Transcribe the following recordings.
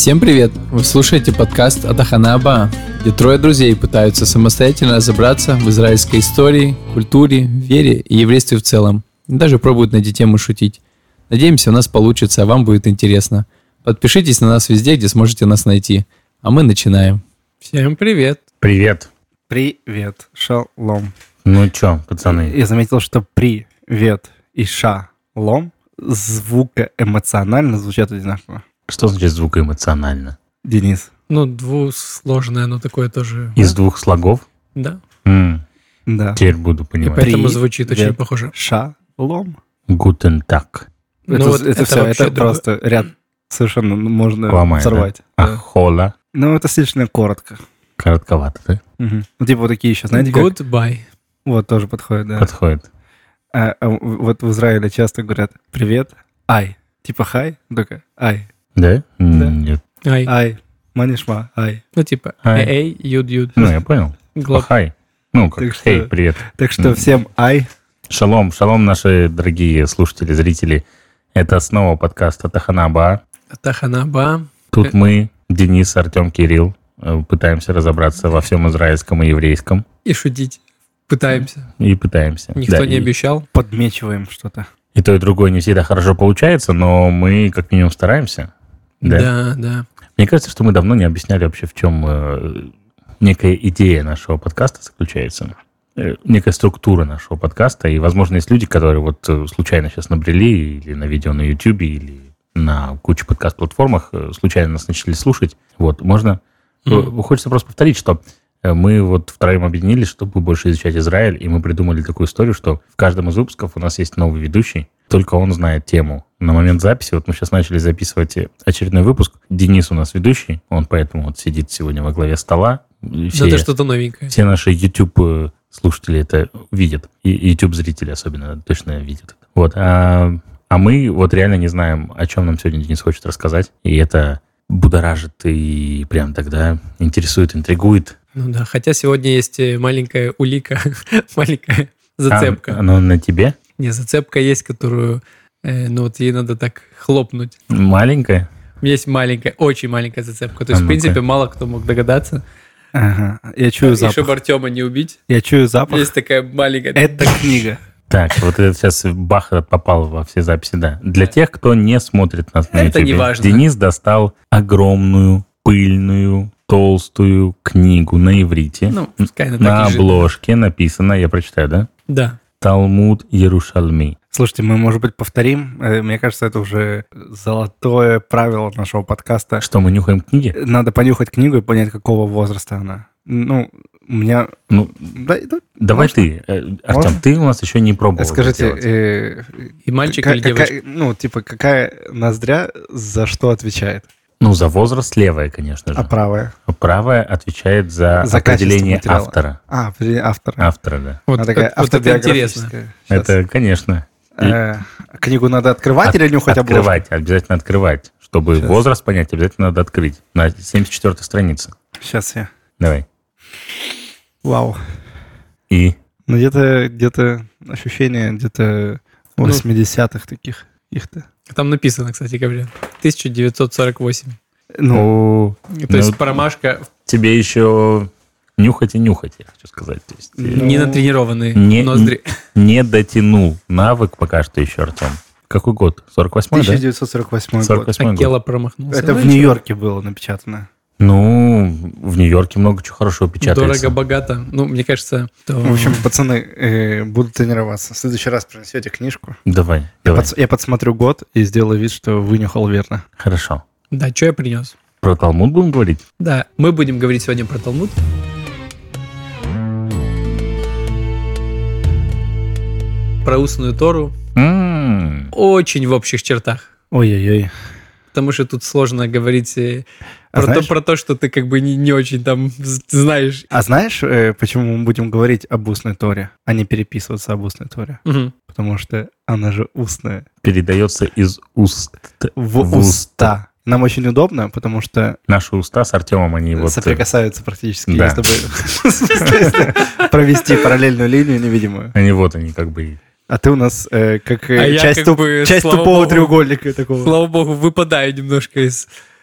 Всем привет! Вы слушаете подкаст Атахана Аба, где трое друзей пытаются самостоятельно разобраться в израильской истории, культуре, вере и еврействе в целом. Даже пробуют на эти темы шутить. Надеемся, у нас получится, а вам будет интересно. Подпишитесь на нас везде, где сможете нас найти. А мы начинаем. Всем привет! Привет! Привет, шалом. Ну чё, пацаны? Я заметил, что привет и шалом звукоэмоционально звучат одинаково. Что значит звукоэмоционально? Денис. Ну, двусложное, но такое тоже. Из двух слогов? Да. Да. Теперь буду И понимать. поэтому звучит очень Привет. похоже. Шалом. Гутен так. Ну вот Это все, вообще это просто ряд совершенно можно Ломает, взорвать. Да? Да. Ахола. Ну, это слишком коротко. Коротковато, да? Мгм. Ну, типа вот такие еще, знаете, как... Goodbye. Вот, тоже подходит, да. Подходит. А вот в Израиле часто говорят «привет», «ай». Типа «хай», только «ай». Да? Да. Нет. Ай. «Ай». «Манишма», «ай». Ну, типа, Ай. эй, юд. Ну, я понял. Глоб. Хай. Ну, как Так что- хей, привет. Так что всем «ай». Шалом, шалом, наши дорогие слушатели, зрители. Это снова подкаст Атахана Аба. Атахана Аба. Тут мы, Денис, Артем, Кирилл, пытаемся разобраться во всем израильском и еврейском. И шутить. Пытаемся. И пытаемся. Никто Да, не и- обещал. Подмечиваем что-то. И то, и другое не всегда хорошо получается, но мы как минимум стараемся. Да. Да. Мне кажется, что мы давно не объясняли вообще, в чем некая идея нашего подкаста заключается. Некая структура нашего подкаста. И, возможно, есть люди, которые вот случайно сейчас набрели или на видео на YouTube, или на куче подкаст-платформах, случайно нас начали слушать. Вот, можно... Хочется просто повторить, что мы вот втроем объединились, чтобы больше изучать Израиль, и мы придумали такую историю, что в каждом из выпусков у нас есть новый ведущий, только он знает тему. На момент записи, вот мы сейчас начали записывать очередной выпуск, Денис у нас ведущий, он поэтому вот сидит сегодня во главе стола. Да, это что-то новенькое. Все наши YouTube-слушатели это видят, и YouTube-зрители особенно точно видят. Вот, а мы вот реально не знаем, о чем нам сегодня Денис хочет рассказать, и это будоражит и прям тогда интересует, интригует. Ну да, хотя сегодня есть маленькая улика, маленькая зацепка. Оно на тебе? Не, зацепка есть, которую, ну вот ей надо так хлопнуть. Маленькая? Есть маленькая, очень маленькая зацепка. То есть, в ну-ка. принципе, мало кто мог догадаться. Ага. Я чую И запах. чтобы Артема не убить, Я чую запах. есть такая маленькая... Это книга. Так, вот это сейчас бах попал во все записи, да. Для тех, кто не смотрит нас на Это YouTube, не важно. Денис достал огромную, пыльную, толстую книгу на иврите. Ну, пускай она На так лежит. обложке написано, я прочитаю, да? Да. Талмуд Иерушалми. Слушайте, мы, может быть, повторим. Мне кажется, это уже золотое правило нашего подкаста. Что, мы нюхаем книги? Надо понюхать книгу и понять, какого возраста она. Ну, у меня... Ну, Да, давай можно? ты, Артем, Можно? ты у нас еще не пробовал. это делать. Скажите, И мальчик или девочка? ну, типа, какая ноздря за что отвечает? Ну, за возраст левая, конечно же. А правая? Правая отвечает за За определение качество материала. автора. Определение автора. Автора, да. Вот, Она такая вот это интересно. автобиографическая. Щас. Это, конечно. Книгу надо открывать или нюхать обложку? Открывать, обязательно открывать. Чтобы Сейчас. возраст понять, обязательно надо открыть. На 74-й странице. Сейчас я. Давай. Вау. И Ну, где-то ощущение где-то 80-х таких их-то. Там написано, кстати говоря, 1948. Ну, То есть промашка, тебе еще нюхать и нюхать, я хочу сказать. То есть, не натренированные не- ноздри. не дотянул навык пока что еще, Артем. Какой год? 48-й, да? 1948 год. 48-й год. Акела промахнулся. Это Ну, в ничего. Нью-Йорке было напечатано. Ну, в Нью-Йорке много чего хорошего печатается. Дорого-богато. Ну, мне кажется, то... В общем, пацаны, буду тренироваться. В следующий раз принесете книжку. Давай. Я подсмотрю год и сделаю вид, что вынюхал верно. Хорошо. Да, что я принес? Про Талмуд будем говорить? Да, мы будем говорить сегодня про Талмуд. Про устную Тору. М. Очень в общих чертах. Ой-ой-ой. Потому что тут сложно говорить А знаешь- про то, что ты как бы не очень там знаешь. А знаешь, почему мы будем говорить об устной Торе, а не переписываться об устной Торе? Мгм. Потому что она же устная. Передается из уст В уста. Нам очень удобно, потому что Наши уста с Артемом, они вот... соприкасаются практически. Да. Если бы- в смысле, если провести параллельную линию невидимую. Они как бы... А ты у нас как А я часть как бы, часть слава тупого богу, треугольника такого. Слава богу, выпадаю немножко из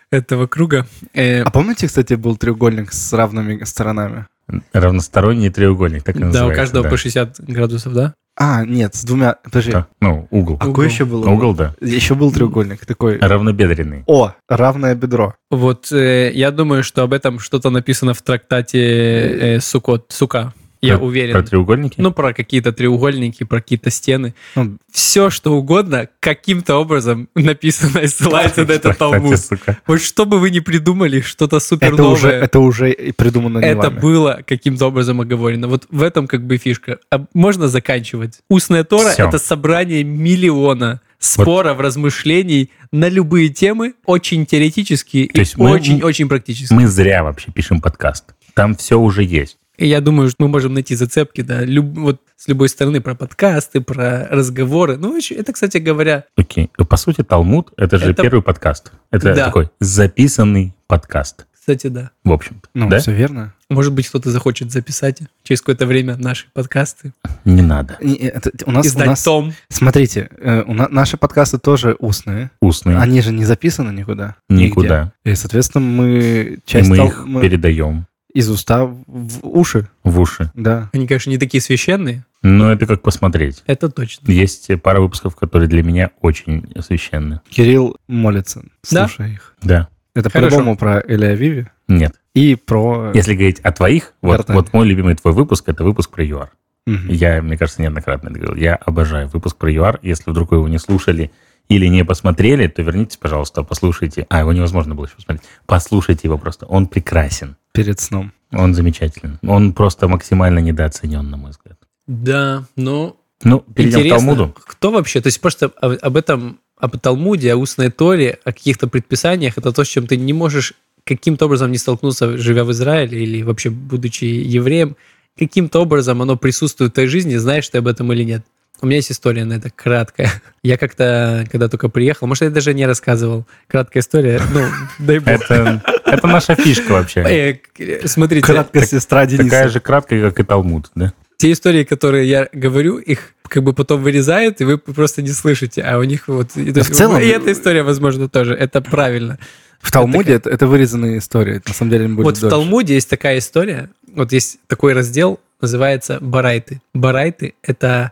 этого круга. А помните, кстати, был треугольник с равными сторонами? Равносторонний треугольник, так и Да, называется. у каждого по 60 градусов, да? Нет, с двумя... Подожди, угол. а какой еще был? Угол, да. Еще был треугольник такой. Равнобедренный. Равное бедро. Вот я думаю, что об этом что-то написано в трактате Сука. Я уверен. Про треугольники? Ну, про какие-то треугольники, про какие-то стены. Ну, Все, что угодно, каким-то образом написано и ссылается на этот Талмуд. Вот что бы вы ни придумали, что-то супер новое. Это уже и придумано не Это вами. было каким-то образом оговорено. Вот в этом как бы фишка. А можно заканчивать. Устная Тора — Всё. это собрание миллиона споров, размышлений на любые темы, очень теоретические и есть мы- очень-очень практические. Мы зря вообще пишем подкаст. Там все уже есть. И я думаю, что мы можем найти зацепки, да, вот с любой стороны, про подкасты, про разговоры. Ну, это, кстати говоря... Окей. По сути, Талмуд — это же Это- первый подкаст. Это Да. такой записанный подкаст, Кстати, да. в общем-то. Ну, да? все верно. Может быть, кто-то захочет записать через какое-то время наши подкасты, Не надо. У нас, издать том. смотрите, наши подкасты тоже устные. Устные. Они же не записаны никуда. Никуда. Нигде. И, соответственно, мы И часть мы их передаем из уста в уши. в уши. Да. Они, конечно, не такие священные, Но это как посмотреть. это точно. Есть пара выпусков, которые для меня очень священны. Кирилл молится, Да? слушая их. Да. Это Хорошо. по-любому про Эля Виви Нет. и про... Если говорить о твоих, вот Гортань. мой любимый твой выпуск — это выпуск про ЮАР. Мгм. Я, мне кажется, неоднократно это говорил. Я обожаю выпуск про ЮАР. Если вдруг вы его не слушали или не посмотрели, то вернитесь, пожалуйста, послушайте. Его невозможно было еще посмотреть. Послушайте его просто. Он прекрасен. Перед сном. Он замечателен. Он просто максимально недооценен, на мой взгляд. Да, но Ну, перейдем к интересно, Талмуду. кто вообще, то есть просто об этом, об Талмуде, о устной Торе, о каких-то предписаниях, это то, с чем ты не можешь каким-то образом не столкнуться, живя в Израиле или вообще будучи евреем, каким-то образом оно присутствует в твоей жизни, знаешь ты об этом или нет. У меня есть история на это, краткая. Я как-то, когда только приехал, может, я даже не рассказывал. Краткая история, дай бог. Это наша фишка вообще. Смотрите, Краткая сестра Дениса. Такая же краткая, как и Талмуд, да? те истории, которые я говорю, их как бы потом вырезают, и вы просто не слышите, а у них вот... И, то есть, в целом- и эта история, возможно, тоже. Это правильно. В Талмуде это вырезанные истории. На самом деле будет Вот в дольше. Талмуде есть такая история, вот есть такой раздел, называется барайты. Барайты — это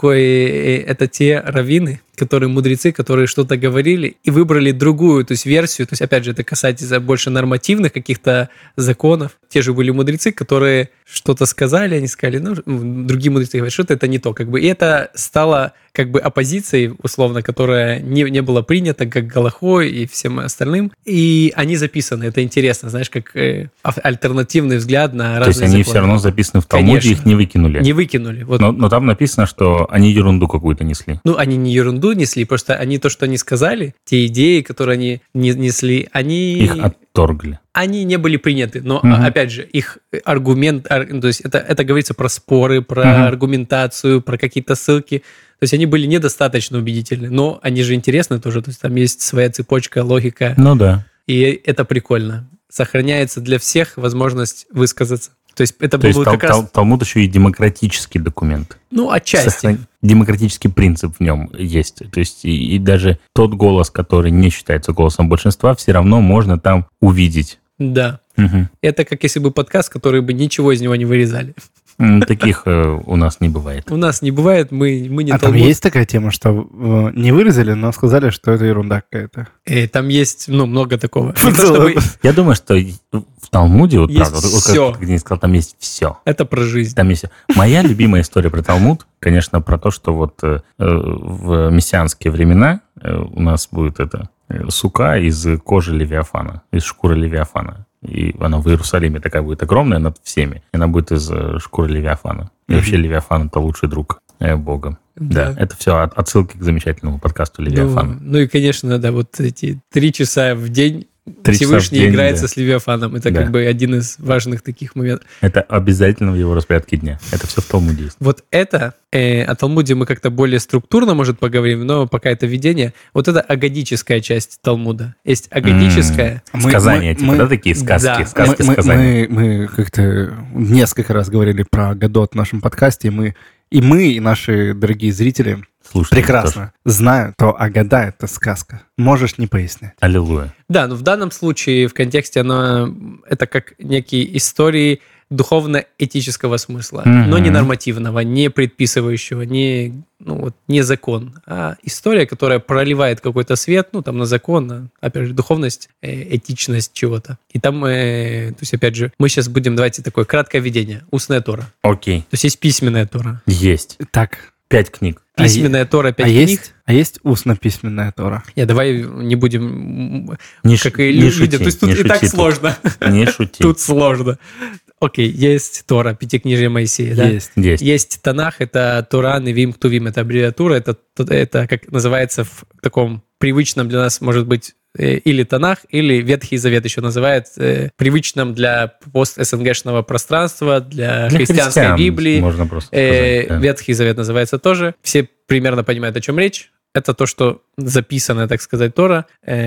те раввины, которые мудрецы, которые что-то говорили и выбрали другую, то есть версию. То есть, опять же, это касается больше нормативных каких-то законов. Те же были мудрецы, которые что-то сказали, они сказали, другие мудрецы говорят, что это не то. Как бы. И это стало как бы оппозицией, условно, которая не была принята, как галахой и всем остальным. И они записаны. Это интересно, знаешь, как альтернативный взгляд на разные То есть они законы. все равно записаны в Талмуде, Конечно. их не выкинули. Не выкинули. Вот. Но там написано, что они ерунду какую-то несли. Ну, они не ерунду несли, просто они то, что они сказали, те идеи, которые они несли, Их отторгли. они не были приняты. Но, Мгм. опять же, их аргумент, то есть это говорится про споры, про Мгм. аргументацию, про какие-то ссылки. То есть они были недостаточно убедительны, но они же интересны тоже. То есть там есть своя цепочка, логика, Ну да. и это прикольно. Сохраняется для всех возможность высказаться. То есть это То есть было как раз, Талмуд еще и демократический документ. отчасти. Демократический принцип в нем есть. То есть и даже тот голос, который не считается голосом большинства, все равно можно там увидеть. Да. Мгм. Это как если бы подкаст, который бы ничего из него не вырезали. Таких у нас не бывает. У нас не бывает, мы не А там Талмуд. есть такая тема, что не вырезали, но сказали, что это ерунда какая-то. Там есть, много такого. Не то чтобы- Я думаю, что в Талмуде, вот Есть правда, вот всё. как Денис сказал, там есть все. Это про жизнь. Там есть всё. Моя любимая история про Талмуд, конечно, про то, что вот в мессианские времена у нас будет сука из кожи Левиафана, из шкуры Левиафана. И она в Иерусалиме такая будет огромная над всеми. И она будет из шкуры Левиафана. И вообще Левиафан — это лучший друг Бога. Да, это все отсылки к замечательному подкасту Левиафан. Ну и, конечно, да, вот эти 3 часа в день 3 часа в Всевышний день, играется да. с Левиафаном. Это Да. как бы один из важных таких моментов. Это обязательно в его распорядке дня. Это все в Талмуде есть. Вот это, о Талмуде мы как-то более структурно, может, поговорим, но пока это введение. Вот это агадическая часть Талмуда. Есть агадическая. Сказания, да, такие сказки? Да. Сказки, сказания. Мы как-то несколько раз говорили про Гадот в нашем подкасте, и мы И мы, и наши дорогие зрители Слушайте, прекрасно знают, что Агада — это сказка. Можешь не пояснять. Аллилуйя. Да, но в данном случае в контексте это как некие истории духовно-этического смысла, но не нормативного, не предписывающего, не закон, а история, которая проливает какой-то свет, там на закон, опять же, духовность, этичность чего-то. И там, то есть, опять же, мы сейчас будем, давайте такое краткое введение. Устная Тора. Окей. То есть письменная Тора. Есть. Так. 5 книг. Письменная Тора, 5 книг. Есть устно-письменная Тора? Давай не будем... Не люди. шути, То есть тут не и так шути сложно. Не шути. Тут сложно. Окей, есть Тора, Пятикнижие Моисея, да? Есть. Есть Танах, это Тора, Невим, Ктувим, это аббревиатура, это как называется в таком привычном для нас, может быть, или Танах, или Ветхий Завет еще называют, привычным для пост-СНГшного пространства, для христианской христиан, Библии. можно просто сказать, да. Ветхий Завет называется тоже. Все примерно понимают, о чем речь. Это то, что записано, так сказать, Тора.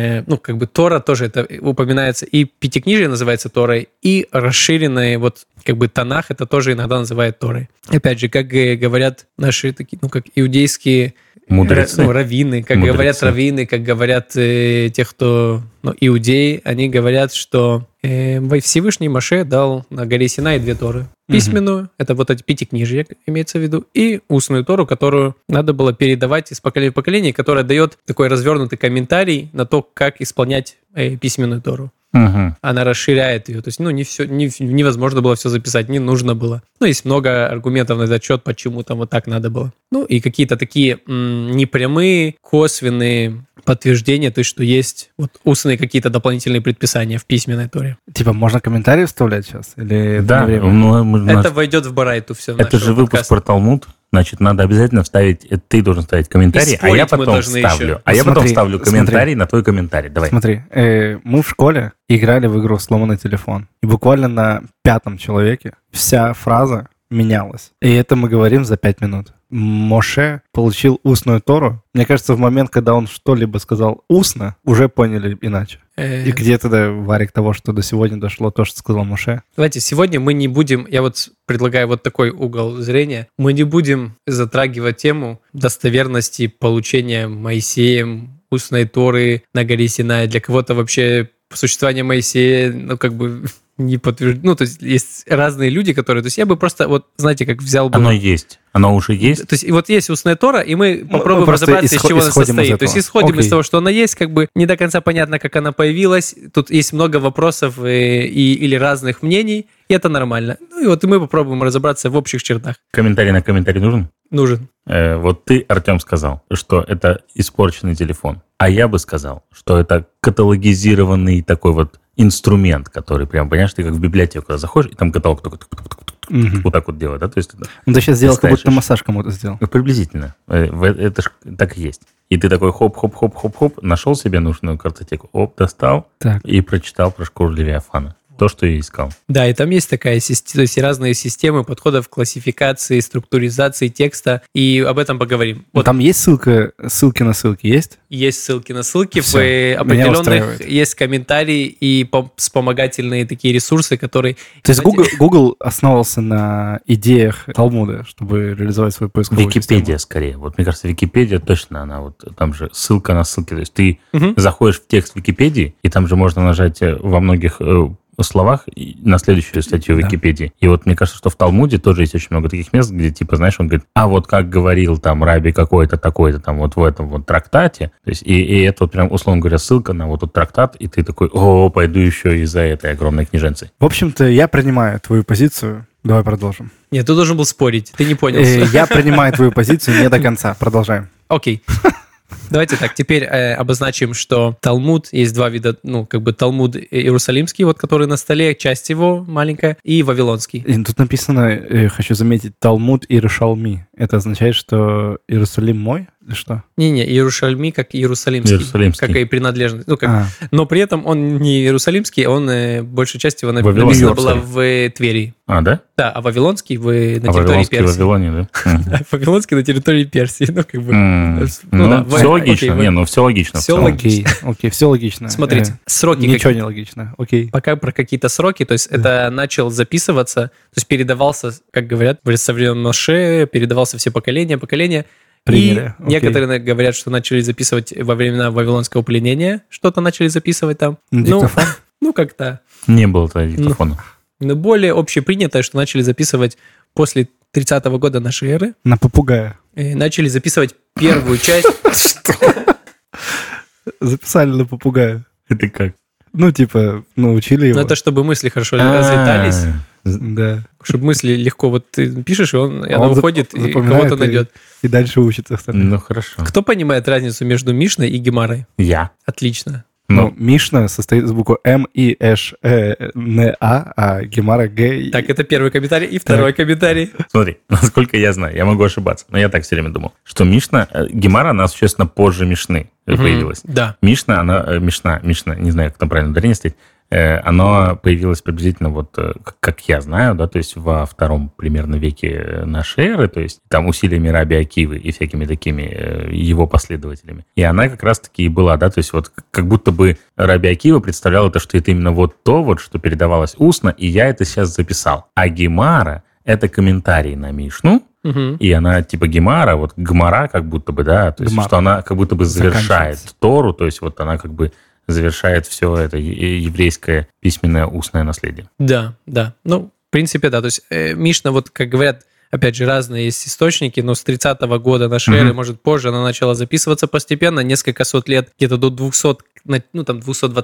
Тора тоже это упоминается. И Пятикнижие называется Торой, и расширенные Танах это тоже иногда называют Торой. Опять же, как говорят наши такие, как иудейские мудрецы. Раввины, как Мудрецы. говорят раввины, как говорят те, кто иудеи, они говорят, что Всевышний Моше дал на горе Синай 2 Торы. Письменную, это эти пятикнижия, имеется в виду, и устную Тору, которую надо было передавать из поколения в поколение, которая дает такой развернутый комментарий на то, как исполнять письменную Тору. Она расширяет ее. То есть, невозможно было все записать, не нужно было. Есть много аргументов на этот счет, почему там вот так надо было. И какие-то такие непрямые, косвенные подтверждения, то есть, что есть устные какие-то дополнительные предписания в письменной Торе. Типа, можно комментарии вставлять сейчас? Или Да, это войдет в Барайту все. Это же выпуск про Талмуд. Значит, надо обязательно вставить, ты должен ставить комментарий, а я потом ставлю. Я потом ставлю комментарий на твой комментарий. Давай. Смотри, мы в школе играли в игру «Сломанный телефон». И буквально на 5-м человеке вся фраза менялась. И это мы говорим за 5 минут. Моше получил устную Тору. Мне кажется, в момент, когда он что-либо сказал устно, уже поняли иначе. И где тогда варик того, что до сегодня дошло, то, что сказал Моше? Давайте, сегодня мы не будем, я предлагаю такой угол зрения, мы не будем затрагивать тему достоверности получения Моисеем устной Торы на горе Синай. Для кого-то вообще существование Моисея, не подтверждено. То есть разные люди, которые... То есть я бы просто, знаете, как взял бы... Оно есть. Оно уже есть. То есть есть устная Тора, и мы попробуем разобраться, из чего она состоит. То есть исходим из того, что она есть, не до конца понятно, как она появилась. Тут есть много вопросов или разных мнений, и это нормально. И мы попробуем разобраться в общих чертах. Комментарий на комментарий нужен? Нужен. Ты, Артем, сказал, что это испорченный телефон. А я бы сказал, что это каталогизированный такой инструмент, который прям, понимаешь, ты как в библиотеку заходишь, и там каталог только вот так вот делает, да? То есть, ты сейчас сделал, как будто массаж кому-то сделал. Приблизительно. Это ж так и есть. И ты такой хоп-хоп-хоп-хоп-хоп, нашел себе нужную картотеку, достал и прочитал про шкуру Левиафана. То, что я искал. Да, и там есть такая система, то есть разные системы подходов к классификации, структуризации текста, и об этом поговорим. Там есть ссылки на ссылки, есть? Есть ссылки на ссылки, в определенных есть комментарии и вспомогательные такие ресурсы, которые... То есть Google основывался на идеях Талмуда, чтобы реализовать свою поисковую систему? Википедия скорее. Мне кажется, Википедия точно, она там же ссылка на ссылки. То есть ты заходишь в текст Википедии, и там же можно нажать во многих словах на следующую статью в Википедии. И мне кажется, что в Талмуде тоже есть очень много таких мест, где, знаешь, он говорит, как говорил там раби какой-то такой-то там в этом трактате. То есть, и это прям, условно говоря, ссылка на этот трактат, и ты такой, пойду еще из-за этой огромной книженцы. В общем-то, я принимаю твою позицию. Давай продолжим. Нет, ты должен был спорить, ты не понял. Я принимаю твою позицию не до конца. Продолжаем. Окей. Давайте так, теперь обозначим, что Талмуд, есть два вида, Талмуд Иерусалимский, который на столе, часть его маленькая, и Вавилонский. И тут написано, хочу заметить, Талмуд Иерушалми. Это означает, что Иерусалим мой? Что? Не-не, Иерушалми как Иерусалимский. Как и принадлежность. Ну, как... Но при этом он не Иерусалимский, он, большая часть его написана была в Твери. А, да? Да, а Вавилонский на территории Персии. В Вавилоне, да? Вавилонский на территории Персии. Ну, как бы... Все логично. Все логично. Окей, все логично. Смотрите, сроки... Ничего не логично. Окей. Пока про какие-то сроки, то есть это начал записываться, то есть передавался, как говорят, со времен Моше, передавался все поколения. И некоторые говорят, что начали записывать во времена Вавилонского пленения, что-то начали записывать там. Диктофон? Ну, как-то. Не было тогда диктофона. Но более общепринято, что начали записывать после 30-го года нашей эры. На попугая. Начали записывать первую часть. Записали на попугая. Это как? Ну, типа, научили его. Ну, это чтобы мысли хорошо разлетались. Да. Чтобы мысли легко... Вот ты пишешь, и она выходит, и кого-то найдет. И дальше учится. Ну, хорошо. Кто понимает разницу между Мишной и Гемарой? Я. Отлично. Мишна состоит из буквы М, И, Ш, Н, А Гемара Г. Так, это первый комментарий. И второй комментарий. Смотри, насколько я знаю, я могу ошибаться, но я так все время думал, что Гемара, она существенно позже Мишны появилась. Да. Мишна, Мишна, не знаю, как там правильно ударение стоит, оно появилось приблизительно вот, как я знаю, да, то есть во втором примерно веке нашей эры, то есть там усилиями Раби Акивы и всякими такими его последователями. И она как раз-таки и была, да, то есть вот как будто бы Раби Акива представлял это, что это именно вот то, вот, что передавалось устно, и я это сейчас записал. А Гемара — это комментарий на Мишну, и она типа Гемара, вот Гмара как будто бы, да, то есть что она как будто бы завершает Тору, то есть вот она как бы завершает все это еврейское письменное устное наследие. Да. Ну, в принципе, да. То есть Мишна, вот как говорят, опять же, разные есть источники, но с 30-го года нашей эры, может, позже, она начала записываться постепенно, несколько сот лет, где-то до 200, ну, там,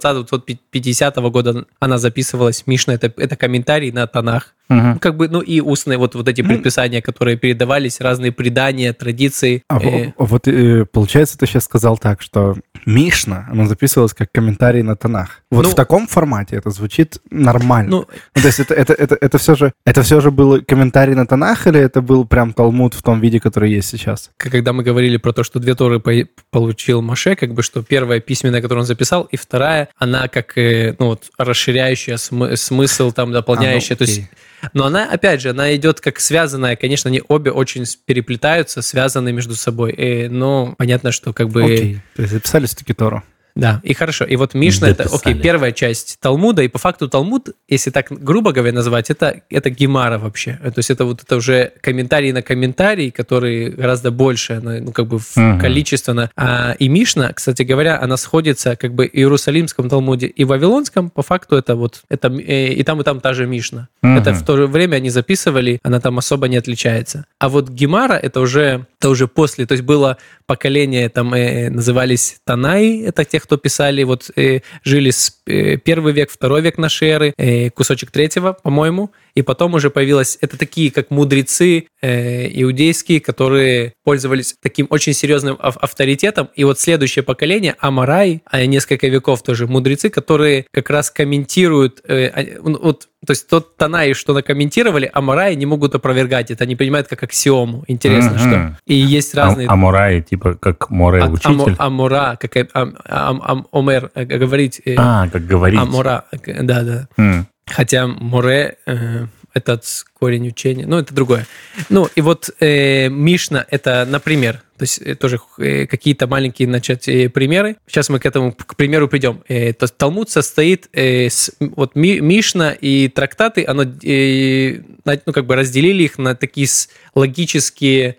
220-250 года она записывалась. Мишна — это комментарий на Танах. Ну, как бы, ну, и устные вот эти предписания, которые передавались, разные предания, традиции. Вот, получается, ты сейчас сказал так, что Мишна, она записывалась как комментарий на Танах. Вот в таком формате это звучит нормально. То есть это все же был комментарий на Танах, или это был прям Талмуд в том виде, который есть сейчас? Когда мы говорили про то, что две Торы получил Моше, как бы, что первая письменная, которую он записал, и вторая, она как, ну, вот, расширяющая смысл, там, дополняющая. То есть, но она, опять же, она идет как связанная. Конечно, они обе очень переплетаются, связаны между собой. Но понятно, что как бы... Окей, то есть записали все-таки Тору. Да, и хорошо. И вот Мишна — это, первая часть Талмуда, и по факту Талмуд, если так грубо говоря называть, это Гемара вообще. То есть это вот это уже комментарий на комментарий, который гораздо больше, ну, как бы количественно. И Мишна, кстати говоря, она сходится как бы в Иерусалимском Талмуде и в Вавилонском, по факту это вот, это и там та же Мишна. Это в то же время они записывали, она там особо не отличается. А вот Гемара — это уже после, то есть было поколение, там назывались Танаи, это те, кто писали, вот жили с 1 век, 2 век нашей эры, кусочек 3, по-моему, и потом уже появилось, это такие как мудрецы иудейские, которые пользовались таким очень серьезным авторитетом, и вот следующее поколение, Амарай, несколько веков тоже мудрецы, которые как раз комментируют, вот, то есть тот Танаи, что накомментировали, Амараи не могут опровергать это, они понимают как аксиому. Интересно, что. И есть разные... Амараи, типа как Море учитель? Амора, как Омер говорить. Как говорить. Амора, да. Хотя Море... этот корень учения, ну, это другое. Ну, и вот Мишна, это, например, то есть тоже какие-то маленькие начать примеры. Сейчас мы к примеру придем. То есть Талмуд состоит вот Мишна и трактаты, ну, как бы разделили их на такие логические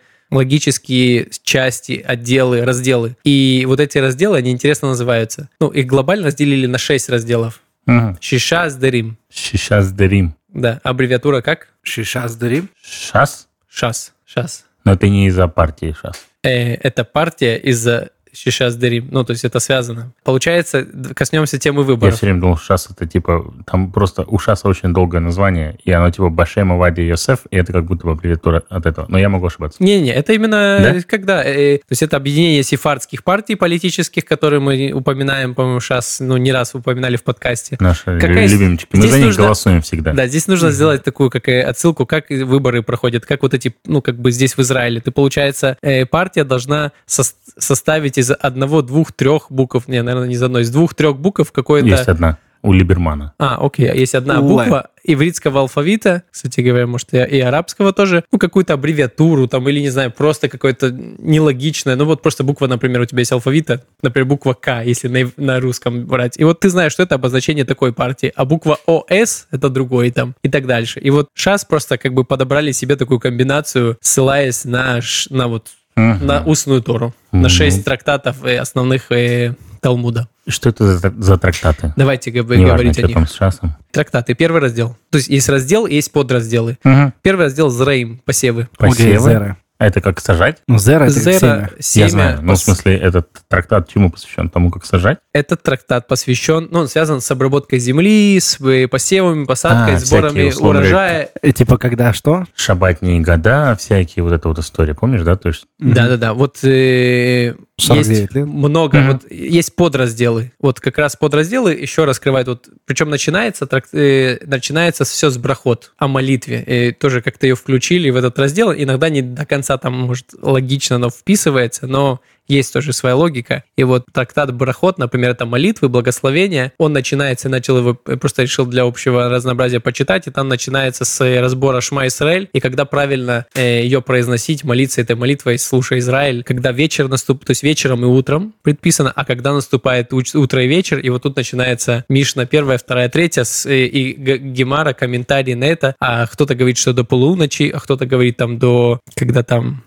части, отделы, разделы. И вот эти разделы, они интересно называются. Ну, их глобально разделили на 6 разделов. Шишас Дерим. Шишас Дерим. Да, аббревиатура как? Шишас Дерим? Шас? Шас. Но это не из-за партии Шас. Это партия из-за сейчас дарим. Ну, то есть это связано. Получается, коснемся темы Я выборов. все время думал, ШАС это типа, там просто у ШАСа очень долгое название, и оно типа Башем Авади Йосеф, и это как будто бы аббревиатура от этого. Но я могу ошибаться. Не-не, это именно Да? когда... то есть это объединение сефардских партий политических, которые мы упоминаем, по-моему, сейчас, не раз упоминали в подкасте. Наши Какая- любимчики. Мы здесь за них нужно- голосуем всегда. Да, здесь нужно сделать такую отсылку, как выборы проходят, как вот эти, как бы здесь в Израиле. Ты, получается, партия должна составить из 1, 2, 3 букв, наверное, не из одной, из 2-3 букв какое-то... Есть одна у Либермана. Окей, есть одна Л. буква ивритского алфавита, кстати говоря, может, и арабского тоже, какую-то аббревиатуру там, или, не знаю, просто какое-то нелогичное, вот просто буква, например, у тебя есть алфавита, например, буква К, если на русском брать, и вот ты знаешь, что это обозначение такой партии, а буква ОС это другой там, и так дальше. И вот ШАС просто как бы подобрали себе такую комбинацию, ссылаясь на на устную Тору, на 6 трактатов основных Талмуда. Что это за трактаты? Давайте Неважно, говорить о что них. там с ШАСом. Трактаты. Первый раздел. То есть есть раздел и есть подразделы. Первый раздел Зраим, посевы. Посевы. Зера. А это как сажать? Зера — это Зера, семя. семя. Я знаю. Ну, в смысле, этот трактат чему посвящен? Тому, как сажать? Этот трактат посвящен, он связан с обработкой земли, с посевами, посадкой, сборами всякие, условно урожая. Типа когда что? Шабатные года, всякие вот эта вот история. Помнишь, да? То есть Да-да-да. Вот 49 есть лет. много, вот есть подразделы. Вот как раз подразделы еще раскрывают. Причем начинается все с брахот, о молитве. И тоже как-то ее включили в этот раздел. Иногда не до конца там, может, логично оно вписывается, но есть тоже своя логика. И вот трактат Брахот, например, это молитвы, благословения. Он начинается, начал его, просто решил для общего разнообразия почитать, и там начинается с разбора Шма Исраэль, и когда правильно ее произносить, молиться этой молитвой «Слушай, Израиль», когда вечер наступает, то есть вечером и утром предписано, а когда наступает утро и вечер, и вот тут начинается Мишна 1, 2, 3, и Гемара, комментарий на это, а кто-то говорит, что до полуночи, а кто-то говорит там до, когда там,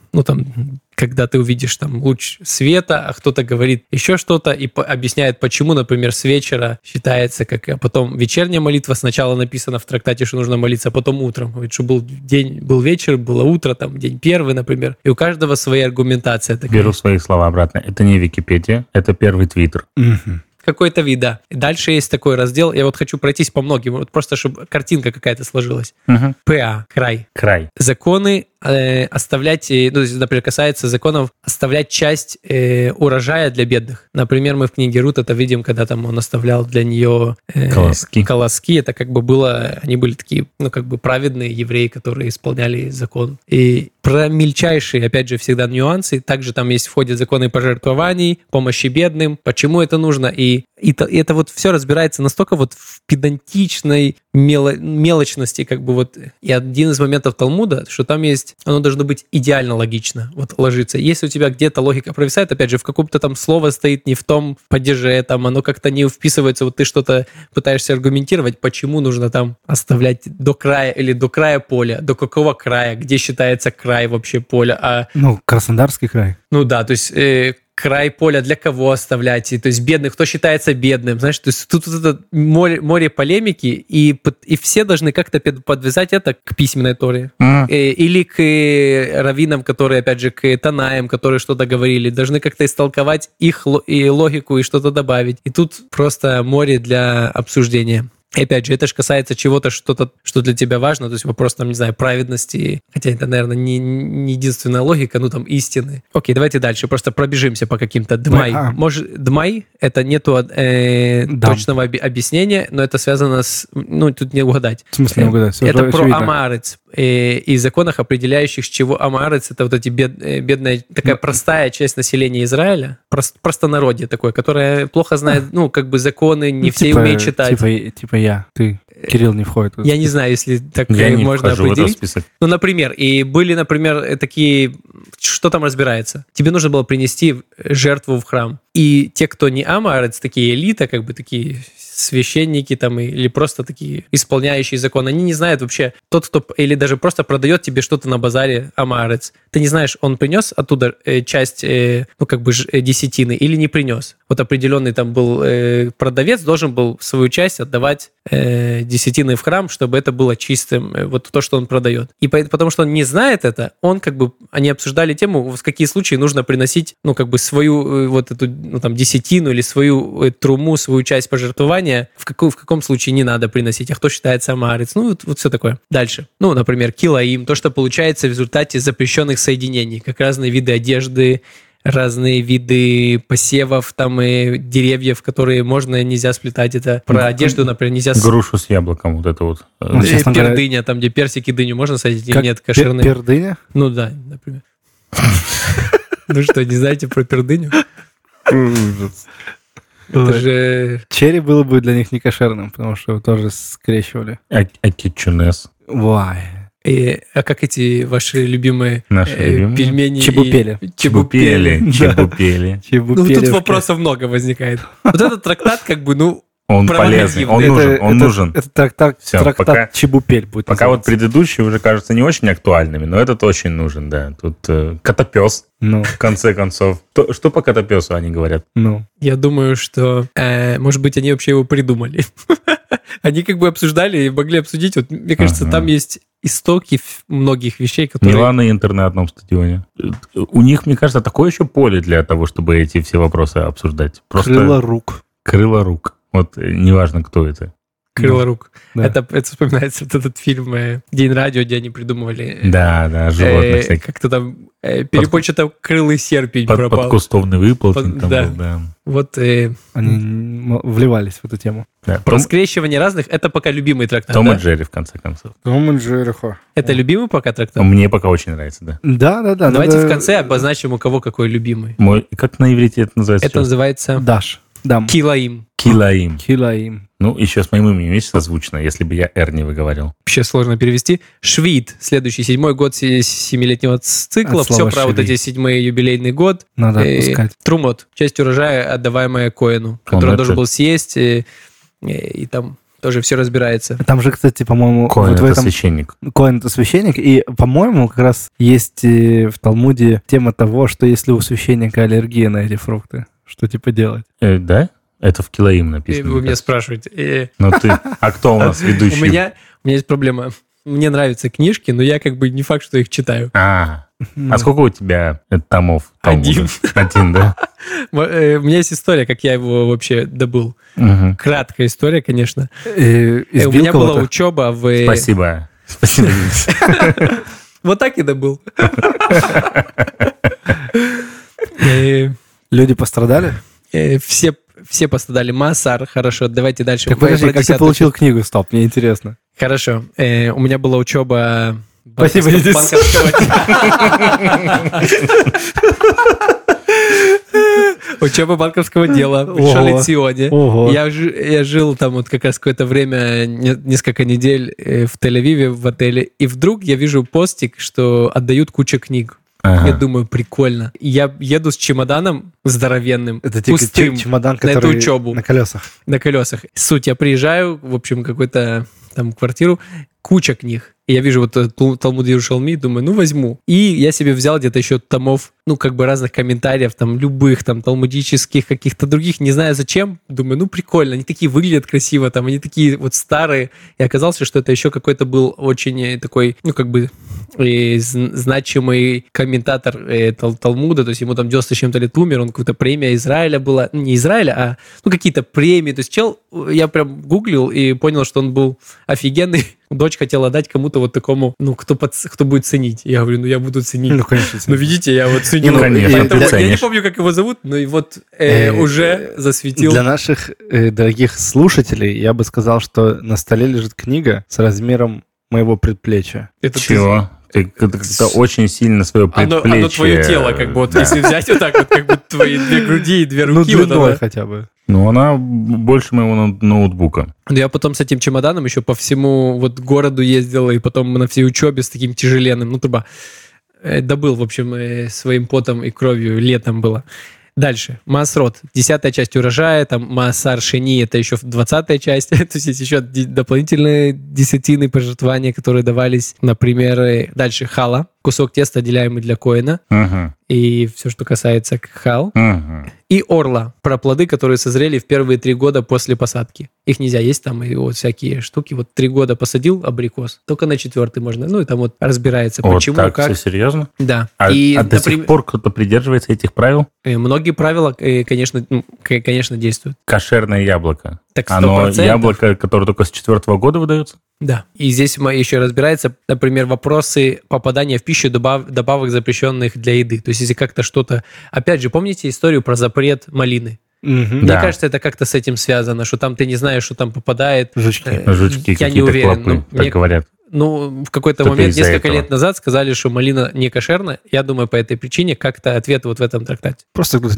когда ты увидишь там луч света, а кто-то говорит еще что-то и объясняет, почему, например, с вечера считается, а потом вечерняя молитва, сначала написано в трактате, что нужно молиться, а потом утром. Говорит, что был день, был вечер, было утро, там день первый, например. И у каждого своя аргументация такая. беру свои слова обратно. Это не Википедия, это первый твиттер. Какой-то вид, да. Дальше есть такой раздел, я вот хочу пройтись по многим, вот просто чтобы картинка какая-то сложилась. ПА, край. Край. Законы оставлять, например, касается законов оставлять часть урожая для бедных. Например, мы в книге Рут это видим, когда там он оставлял для нее колоски. Это как бы было, они были такие, праведные евреи, которые исполняли закон. И про мельчайшие, опять же, всегда нюансы. Также там входят законы пожертвований, помощи бедным. Почему это нужно? И это вот все разбирается настолько вот в педантичной мелочности, И один из моментов Талмуда, что там есть, оно должно быть идеально логично, ложиться. Если у тебя где-то логика провисает, опять же, в каком-то там слово стоит не в том падеже, там оно как-то не вписывается, ты что-то пытаешься аргументировать, почему нужно там оставлять до края или до края поля, до какого края, где считается край вообще поля. Краснодарский край. То есть край поля для кого оставлять, то есть бедных, кто считается бедным, знаешь, то есть тут это море полемики, и все должны как-то подвязать это к письменной Торе, или к раввинам, которые, опять же, к танаям, которые что-то говорили, должны как-то истолковать их и логику, и что-то добавить, и тут просто море для обсуждения. И опять же, это же касается чего-то, что для тебя важно, то есть вопрос, там, не знаю, праведности, хотя это, наверное, не единственная логика, истины. Окей, давайте дальше, просто пробежимся по каким-то. Дмай. Может, Дмай, это нету точного объяснения, но это связано с... тут не угадать. В смысле не угадать? Это про Амаарец. И законах, определяющих, с чего Амаарец, это вот эти бедная, такая простая часть населения Израиля, простонародье такое, которое плохо знает, законы, не все умеют читать. Типа ты, Кирилл, не входит. Я не знаю, если так Я не можно вхожу в этот определить. список. Например, и были, например, такие, что там разбирается? Тебе нужно было принести жертву в храм. И те, кто не амаарец, такие элита, такие священники там или просто такие исполняющие закон, они не знают вообще, тот, кто или даже просто продает тебе что-то на базаре амаарец. ты не знаешь, он принес оттуда часть, десятины или не принес. Вот определенный там был продавец, должен был свою часть отдавать десятины в храм, чтобы это было чистым, вот то, что он продает. И потому что он не знает это, они обсуждали тему, в какие случаи нужно приносить, свою вот эту, десятину или свою труму, свою часть пожертвования, в каком случае не надо приносить, а кто считается амаарец, вот все такое. Дальше. Например, килаим, то, что получается в результате запрещенных соединений, как разные виды одежды, разные виды посевов, там и деревьев, которые можно и нельзя сплетать. Это про одежду, например, нельзя... Грушу с яблоком, вот это вот. Пердыня, там, где персик и дыню можно садить или нет? Кошерные. Пердыня? Ну да, например. Ну что, не знаете про пердыню? Ужас. Это же... Черри было бы для них не кошерным, потому что его тоже скрещивали. А кетчунес? Вай. А как эти ваши любимые пельмени? Чебупели. Чебупели. Тут вопросов много возникает. Вот этот трактат он полезный, он нужен. Это трактат Чебупель будет. Пока вот предыдущие уже кажутся не очень актуальными, но этот очень нужен, да. Тут котопес, в конце концов. Что по котопесу они говорят? Я думаю, что, может быть, они вообще его придумали. Они обсуждали и могли обсудить. Вот, мне кажется, там есть истоки многих вещей, которые... Милан и Интер на одном стадионе. У них, мне кажется, такое еще поле для того, чтобы эти все вопросы обсуждать. Просто... Крыло рук. Вот неважно, кто это. Крыло рук. Да. Это вспоминается вот этот фильм «День радио», где они придумывали... Да, животных всяких. Как-то там перепончатокрылый серпень пропал. Подкустовный выползень там был, да. Вот... Они вливались в эту тему. Да. Про скрещивание разных, это пока любимый трактат, Том и Джерри, в конце концов. Том и Джерри. Это любимый пока трактат? Мне пока очень нравится, да. Да. Давайте в конце обозначим, у кого какой любимый. Как на иврите это называется? Это называется... Даш. Дам. Килаим. Еще с моим именем есть созвучно, если бы я «Р» не выговорил. Вообще сложно перевести. Швид. Следующий, 7-й год 7-летнего цикла. Все про вот эти 7-й юбилейный год. Надо отпускать. Трумот. Часть урожая, отдаваемая Коэну, который он должен был съесть. И там тоже все разбирается. Там же, кстати, по-моему... Коэн это священник. Коэн это священник. И, по-моему, как раз есть в Талмуде тема того, что если у священника аллергия на эти фрукты, что делать? Да? Это в Килаим написано. Вы меня спрашиваете. А кто у нас ведущий? У меня есть проблема. Мне нравятся книжки, но я не факт, что их читаю. А сколько у тебя томов? Один, да? У меня есть история, как я его вообще добыл. Краткая история, конечно. У меня была учеба в... Спасибо. Вот так и добыл. Люди пострадали? Все пострадали. Маасар, хорошо, давайте дальше. Так подожди, как ты получил книгу? Стоп, мне интересно. Хорошо. У меня была учеба Спасибо, банковского... Учеба банковского дела в Шалетионе. Я жил там вот как раз какое-то время, несколько недель в Тель-Авиве в отеле, и вдруг я вижу постик, что отдают кучу книг. Я думаю, прикольно. Я еду с чемоданом здоровенным, это пустым, чемодан, на эту учебу. На колесах. На колесах. Суть, я приезжаю, в общем, какую-то там квартиру, куча книг. И я вижу вот Талмуд Иерушалми, думаю, возьму. И я себе взял где-то еще томов, разных комментариев, там, любых, там, талмудических, каких-то других, не знаю зачем. Думаю, прикольно, они такие выглядят красиво, там, они такие вот старые. И оказалось, что это еще какой-то был очень такой, значимый комментатор Талмуда, то есть ему там 90 с чем-то лет умер, он какая-то премия Израиля была, не Израиля, а, какие-то премии. То есть чел, я прям гуглил и понял, что он был офигенный. Дочь хотела дать кому-то вот такому, кто будет ценить. Я говорю, я буду ценить. Конечно. Видите, я вот ценю. Конечно, я не помню, как его зовут, но и вот уже засветил. Для наших дорогих слушателей я бы сказал, что на столе лежит книга с размером моего предплечья. Чего? Ты как-то очень сильно свое предплечье... Оно твое тело, если взять вот так вот, твои 2 груди и 2 руки. Длиной хотя бы. Она больше моего ноутбука. Я потом с этим чемоданом еще по всему городу ездил, и потом на всей учебе с таким тяжеленным, добыл, в общем, своим потом и кровью, летом было. Дальше. Маасрот. 10-я часть урожая, там Маасар Шени, это еще 20-я часть, то есть есть еще дополнительные десятины пожертвования, которые давались, например, дальше Хала. кусок теста, отделяемый для коэна, Мгм. и все, что касается кхал. Мгм. И орла, про плоды, которые созрели в первые 3 года после посадки. Их нельзя есть, там и вот всякие штуки. Вот 3 года посадил абрикос, только на 4 можно. Ну и там вот разбирается, Вот почему, так как. все серьезно? Да. А, и, а до например, сих пор кто-то придерживается этих правил? многие правила, конечно, конечно, действуют. Кошерное яблоко. Так 100%. Оно яблоко, которое только с 4-го года выдается? Да. И здесь еще разбирается, например, вопросы попадания в пищу добавок, запрещенных для еды. То есть, если как-то что-то... Опять же, помните историю про запрет малины? Мгм. Мне Да. кажется, это как-то с этим связано, что там ты не знаешь, что там попадает. Жучки. Жучки Я какие-то, не уверен. клопы, так говорят. В какой-то Только момент, из-за несколько этого. лет назад, сказали, что малина не кошерна. Я думаю, по этой причине как-то ответ вот в этом трактате. Просто кто-то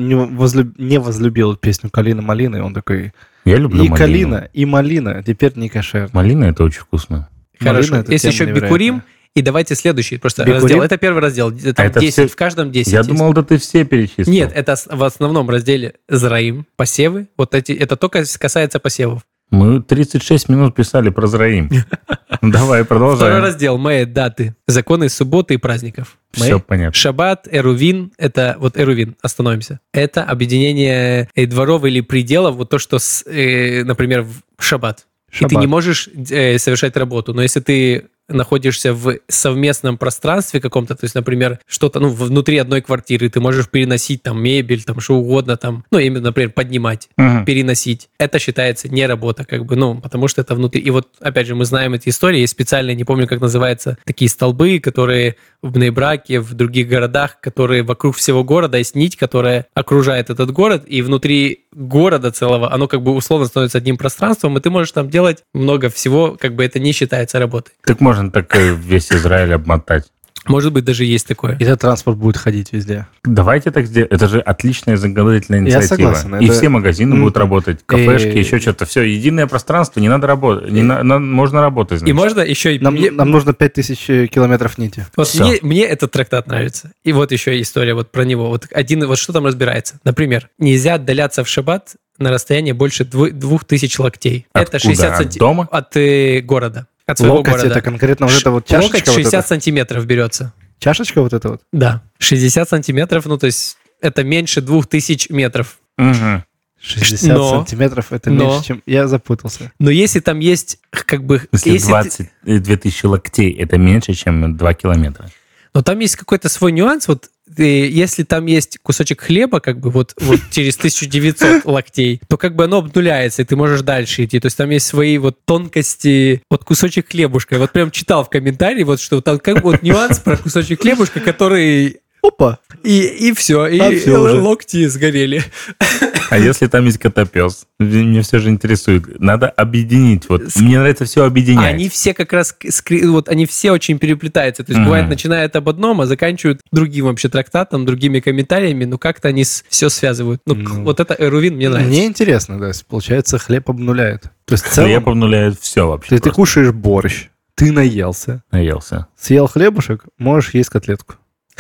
не возлюбил песню «Калина Малина», и он такой: Я люблю и малину. калина, и малина, теперь не кошер. Малина – это очень вкусно. Хорошо. Малина — это Есть тема еще невероятная. бикурим. И давайте следующий просто Бикурим? раздел. Это первый раздел. Там это 10, все- в каждом 10. Я есть. думал, да ты все перечислил. Нет, это в основном разделе зраим, посевы. Вот это только касается посевов. Мы 36 минут писали про Зраим. Давай, Второй продолжаем. раздел Мэйд, даты, законы субботы и праздников. Все понятно. Шаббат, Эрувин, это вот Эрувин, остановимся. Это объединение дворов или пределов, вот то, что, например, в шаббат. И ты не можешь совершать работу, но если ты находишься в совместном пространстве каком-то, то есть, например, что-то, внутри одной квартиры, ты можешь переносить там мебель, там что угодно, там, именно, например, поднимать, Мгм. переносить. Это считается не работа, потому что это внутри. И вот, опять же, мы знаем эти истории, есть специальные, не помню, как называются, такие столбы, которые в Бней-Браке, в других городах, которые вокруг всего города, есть нить, которая окружает этот город, и внутри города целого, оно условно становится одним пространством, и ты можешь там делать много всего, это не считается работой. Так можно так весь Израиль обмотать. Может быть, даже есть такое. И этот транспорт будет ходить везде. Давайте так сделаем. Это же отличная законодательная Я инициатива. согласен, И это- все магазины будут работать, кафешки, И- еще что-то. Все, единое пространство, не надо работать. Можно работать, И значит. можно еще... и Нам нужно 5000 километров нити. Вот Всё. мне этот трактат нравится. И вот еще история вот про него. Вот что там разбирается. Например, нельзя отдаляться в шаббат на расстояние больше 2000 локтей. Это Откуда? 60 От сантиметров. дома? От города. От своего Локоть — города. это конкретно вот это вот чашечка. Локоть вот 60 эта? сантиметров берется. Чашечка вот эта вот? Да. 60 сантиметров, то есть это меньше 2000 метров. Мгм. 60 Но- сантиметров — это но- меньше, чем... Я запутался. Но если там есть Если если ты- 22 тысячи локтей, это меньше, чем 2 километра. Но там есть какой-то свой нюанс. Вот если там есть кусочек хлеба, вот через 1900 локтей, то оно обнуляется, и ты можешь дальше идти. То есть там есть свои вот тонкости, вот кусочек хлебушка. Я вот прям читал в комментарии, вот что там нюанс про кусочек хлебушка, который... Опа! И все, и всё уже. локти сгорели. А если там есть котопес? Меня все же интересует. Надо объединить. Вот мне нравится все объединять. Они все как раз, они все очень переплетаются. То есть, Мгм. бывает, начинают об одном, а заканчивают другим вообще трактатом, другими комментариями, но как-то они все связывают. Вот это Эрувин мне нравится. Мне интересно, да. Получается, хлеб обнуляет. То есть в целом Хлеб обнуляет все вообще. ты кушаешь борщ, ты наелся, Наелся. съел хлебушек, можешь есть котлетку.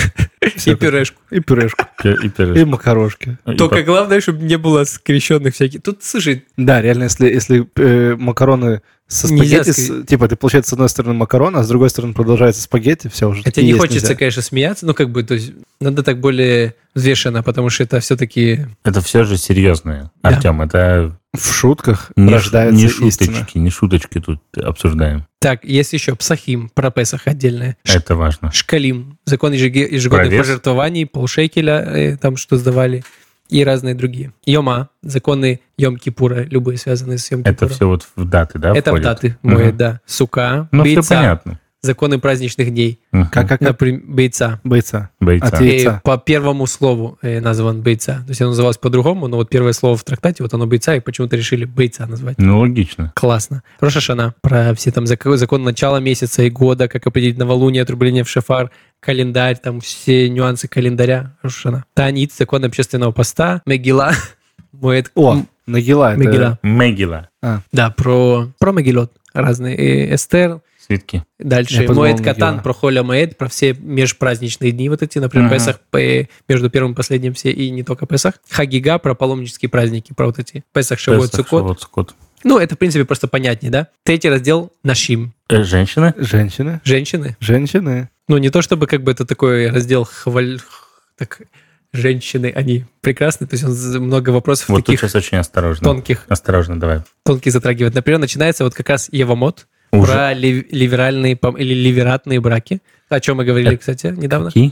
И пюрешку. И пюрешку. И пирожок. И макарошки. И Только главное, чтобы не было скрещенных всяких. Тут, слушай, Да, реально, если макароны со Нельзя спагетти, типа ты получается с одной стороны макароны, а с другой стороны продолжается спагетти, все уже. хотя и не есть хочется, нельзя. конечно, смеяться, но то есть надо так более взвешенно, потому что это все-таки... Это все же серьезное. Да. Артем, это В шутках не рождается истина. шуточки, не шуточки тут обсуждаем. Так, есть еще Псахим, про Песах отдельное. Это важно. Шкалим, закон ежегодных Про вес? пожертвований, полшекеля, там что сдавали, и разные другие. Йома, законы Йом-Кипура, любые связанные с Йом-Кипуром. Это все вот в даты, да, Это в входит? даты, Мгм. да. Сука, Ну, все бейца, понятно. законы праздничных дней. Мгм. Как Например, бейца. бойца. Бойца. А ты- Бейца. По первому слову назван бейца. То есть оно называлось по-другому, но вот первое слово в трактате, вот оно бейца, и почему-то решили бейца назвать. Ну, логично. Классно. Роша Шана, про все там закон начала месяца и года, как определить новолуние, отрубление в шафар, календарь, там все нюансы календаря. Роша Шана. Таанит, закон общественного поста, Мегила, Моэд... О, Нагила. это- Мегила. Мегила. Да, про Мегилот разные. Эстер, Свитки. дальше Я подумал, Моэд Катан, Мегила. про Холя Моэд, про все межпраздничные дни вот эти, например, Мгм. Песах, между первым и последним все, и не только Песах. Хагига, про паломнические праздники, про вот эти Песах, Шавуот, Песах, Суккот. Шавуот, Суккот. Ну, это, в принципе, просто понятнее, да? Третий раздел – Нашим. Женщины? Женщины. Женщины. Женщины. Ну, не то чтобы как бы это такой раздел так, женщины, они прекрасны, то есть он много вопросов Вот тут таких сейчас очень осторожно. тонких Давай. затрагивает. Например, начинается вот как раз Евамот Уже? про ливеральные или ливератные браки, о чем мы говорили, кстати, недавно. Какие?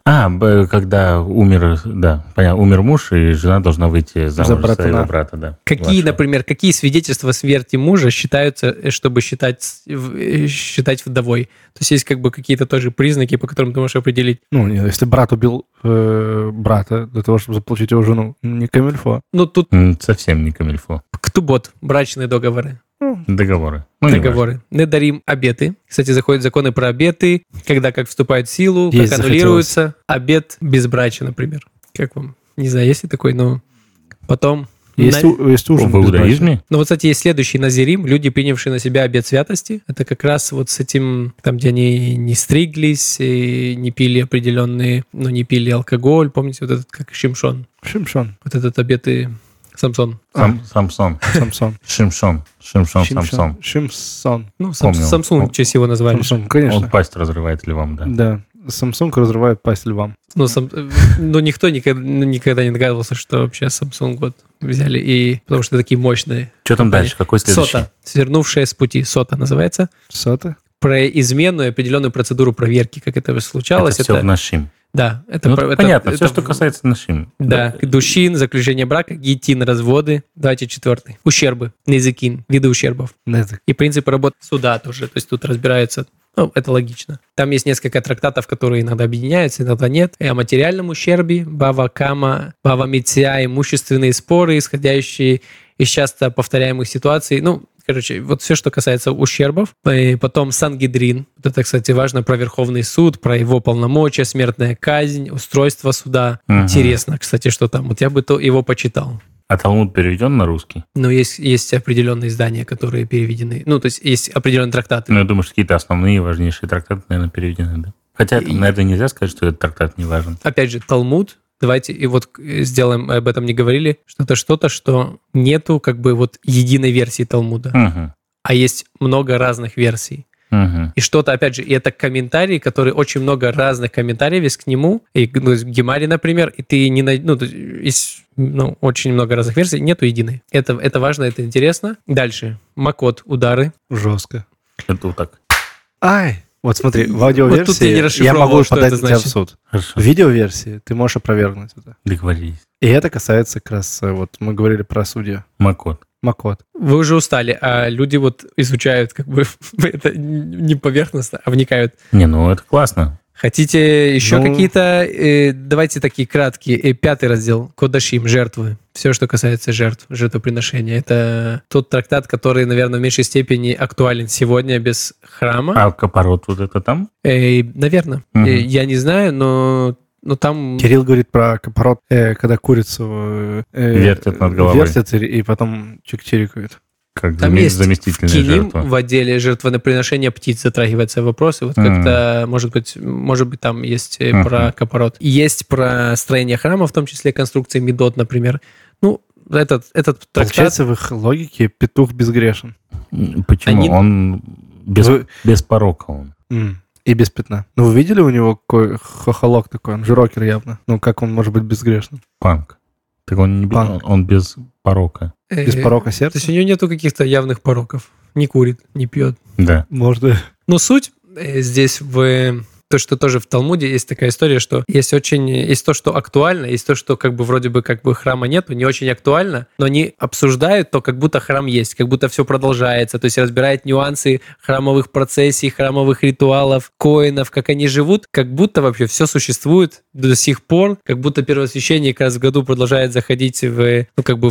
Когда умер муж, и жена должна выйти замуж за своего брата, да. Какие, например, какие свидетельства смерти мужа считаются, чтобы считать вдовой? То есть есть как бы какие-то тоже признаки, по которым ты можешь определить. Ну, если брат убил брата для того, чтобы заполучить его жену, не камильфо. Ну, тут Совсем не камильфо. ктубот, брачные договоры. Договоры. Договоры. Недарим обеты. Кстати, заходят законы про обеты, когда как вступают в силу, Есть как аннулируется. Обет безбрачия, например. Как вам? Не знаю, есть ли такой, но потом... Есть ужин В иудаизме? Ну вот, кстати, есть следующий назирим, люди, принявшие на себя обет святости. Это как раз вот с этим, там, где они не стриглись, и не пили определенные, ну, не пили алкоголь. Помните, вот этот, как Шимшон? Шимшон. Вот этот обет и Самсон. Самсон. Шимшон. Шимсон. Ну, Помню. Самсун в честь его назвали. Самсон, конечно. Он пасть разрывает львам, да. Да. Samsung разрывает пасть львам. Ну, никто никогда не догадывался, что вообще Samsung вот взяли, и потому что такие мощные. Что там дальше? Какой следующий? Сота. Свернувшая с пути. Сота называется. Сота? Про измену и определенную процедуру проверки, как это случалось. Это все в нашим. Да. Это понятно, все, что касается нашим. Да. Душин, заключение брака, гейтин, разводы. Давайте 4. Ущербы. Незыкин. Виды ущербов. И принципы работы суда тоже. То есть тут разбираются. Ну, это логично. Там есть несколько трактатов, которые иногда объединяются, иногда нет. И о материальном ущербе, бава кама, бава митсия, имущественные споры, исходящие из часто повторяемых ситуаций. Ну, короче, вот все, что касается ущербов. И потом Сангедрин. Вот это, кстати, важно про Верховный суд, про его полномочия, смертная казнь, устройство суда. Угу. Интересно, кстати, что там. Вот я бы его почитал. А Талмуд переведен на русский? Ну, есть определенные издания, которые переведены. Ну, то есть есть определенные трактаты. Ну, я думаю, что какие-то основные, важнейшие трактаты, наверное, переведены, да? Хотя, наверное, нельзя сказать, что этот трактат не важен. Опять же, Талмуд. Давайте и вот сделаем, об этом не говорили, что-то, что нету как бы вот единой версии Талмуда, а есть много разных версий. И что-то, опять же, и это комментарий, который очень много разных комментариев есть к нему, и ну, в Гемаре, например, и ты не найдешь, ну, есть очень много разных версий, нету единой. Это важно, это интересно. Дальше. Макот, удары. Жестко. Это вот так. Ай! Вот смотри, в аудиоверсии вот тут я не я расшифровывал, могу что подать это на тебя в значит. суд. Хорошо. В видеоверсии ты можешь опровергнуть это. Договорились. И это касается как раз, вот мы говорили про судью. Макот. Макот. Вы уже устали, а люди вот изучают как бы это не поверхностно, а вникают. Не, ну это классно. Хотите еще какие-то? Давайте такие краткие. 5 раздел. Кодашим, жертвы. Все, что касается жертв, жертвоприношения. Это тот трактат, который, наверное, в меньшей степени актуален сегодня без храма. А капорот вот это там? Наверное. Я не знаю, но там... Кирилл говорит про капорот, когда курицу вертят над головой. Вертят и потом чик-чирикают. Как там есть заместительная киним жертва. в отделе жертвоприношения птиц затрагивается вопрос. И вот как-то, может быть, там есть про капорот. Есть про строение храма, в том числе конструкции Медот, например. Ну, этот трактат... Получается, в их логике петух безгрешен. Почему? Он без порока. Он. И без пятна. Ну, вы видели у него какой хохолок такой? Он же рокер явно. Ну, как он может быть безгрешным? Панк. Так он не он без порока. Без порока То сердца? есть у него нету каких-то явных пороков. Не курит, не пьет. Да. Может. Но суть здесь то, что тоже в Талмуде есть такая история, что есть то, что актуально, есть то, что как бы вроде бы храма нету, не очень актуально, но они обсуждают то, как будто храм есть, как будто все продолжается, то есть разбирают нюансы храмовых процессий, храмовых ритуалов, коинов, как они живут, как будто вообще все существует до сих пор, как будто первосвященник раз в году продолжает заходить в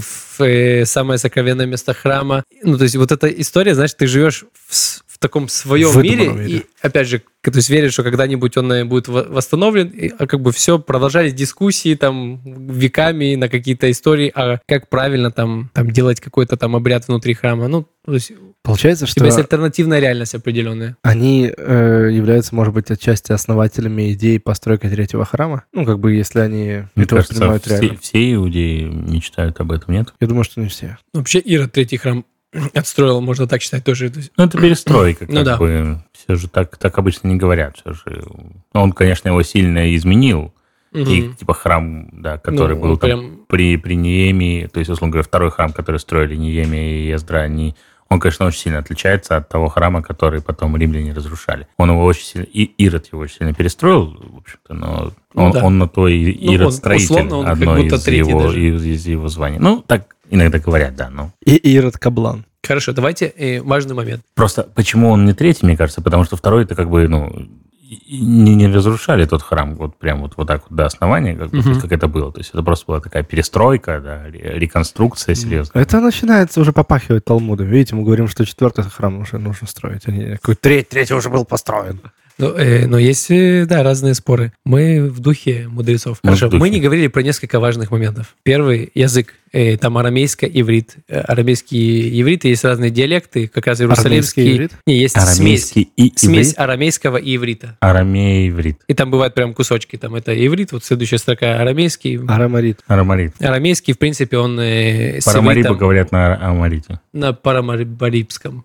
самое сокровенное место храма. Ну, то есть вот эта история, знаешь, ты живешь в таком своем мире, и опять же, то есть веришь, что когда-нибудь он будет восстановлен, а как бы все, продолжались дискуссии там веками на какие-то истории, а как правильно там делать какой-то там обряд внутри храма. Ну, то есть получается, что есть альтернативная реальность определенная. Они являются, может быть, отчасти основателями идеи постройки третьего храма. Ну, как бы, если они это воспринимают реально. Все иудеи мечтают об этом, нет? Я думаю, что не все. Вообще Ирод третий храм отстроил, можно так считать тоже. Ну, это перестройка, Ну да. как бы. Все же так обычно не говорят. Все же. Он, конечно, его сильно изменил. И типа храм, да, который Ну, был там прям- при Неемии, то есть, условно говоря, второй храм, который строили Неемия и Ездра, он, конечно, очень сильно отличается от того храма, который потом римляне разрушали. Он его очень сильно, и Ирод его очень сильно перестроил, в общем-то, но Ну да. он на то и Ирод он, строитель, условно, он как одно будто из третий его, даже. из его званий. Ну, так иногда говорят, да, но... И Ирод Каблан. Хорошо, давайте важный момент. Просто почему он не третий, мне кажется, потому что второй это как бы, не разрушали тот храм вот прям вот так вот до основания, как, бы, то есть, как это было. То есть это просто была такая перестройка, да, реконструкция серьезная. Это начинается уже попахивать Талмудом. Видите, мы говорим, что 4-й храм уже нужно строить. А не какой третий уже был построен. Но есть, да, разные споры. Мы в духе мудрецов. Мы в Хорошо, духе. мы не говорили про несколько важных моментов. Первый — язык. Там арамейско-иврит. Арамейский иврит, есть разные диалекты, как раз иерусалимский. Арамейский иврит? Не, есть Арамейский смесь иврит? арамейского и иврита. Арамей иврит. И там бывают прям кусочки. Там это иврит, вот следующая строка арамейский. Арамарит. Арамарит. Арамейский, в принципе, он с Парамарибы ивритом говорят на амарите. на парамарибском.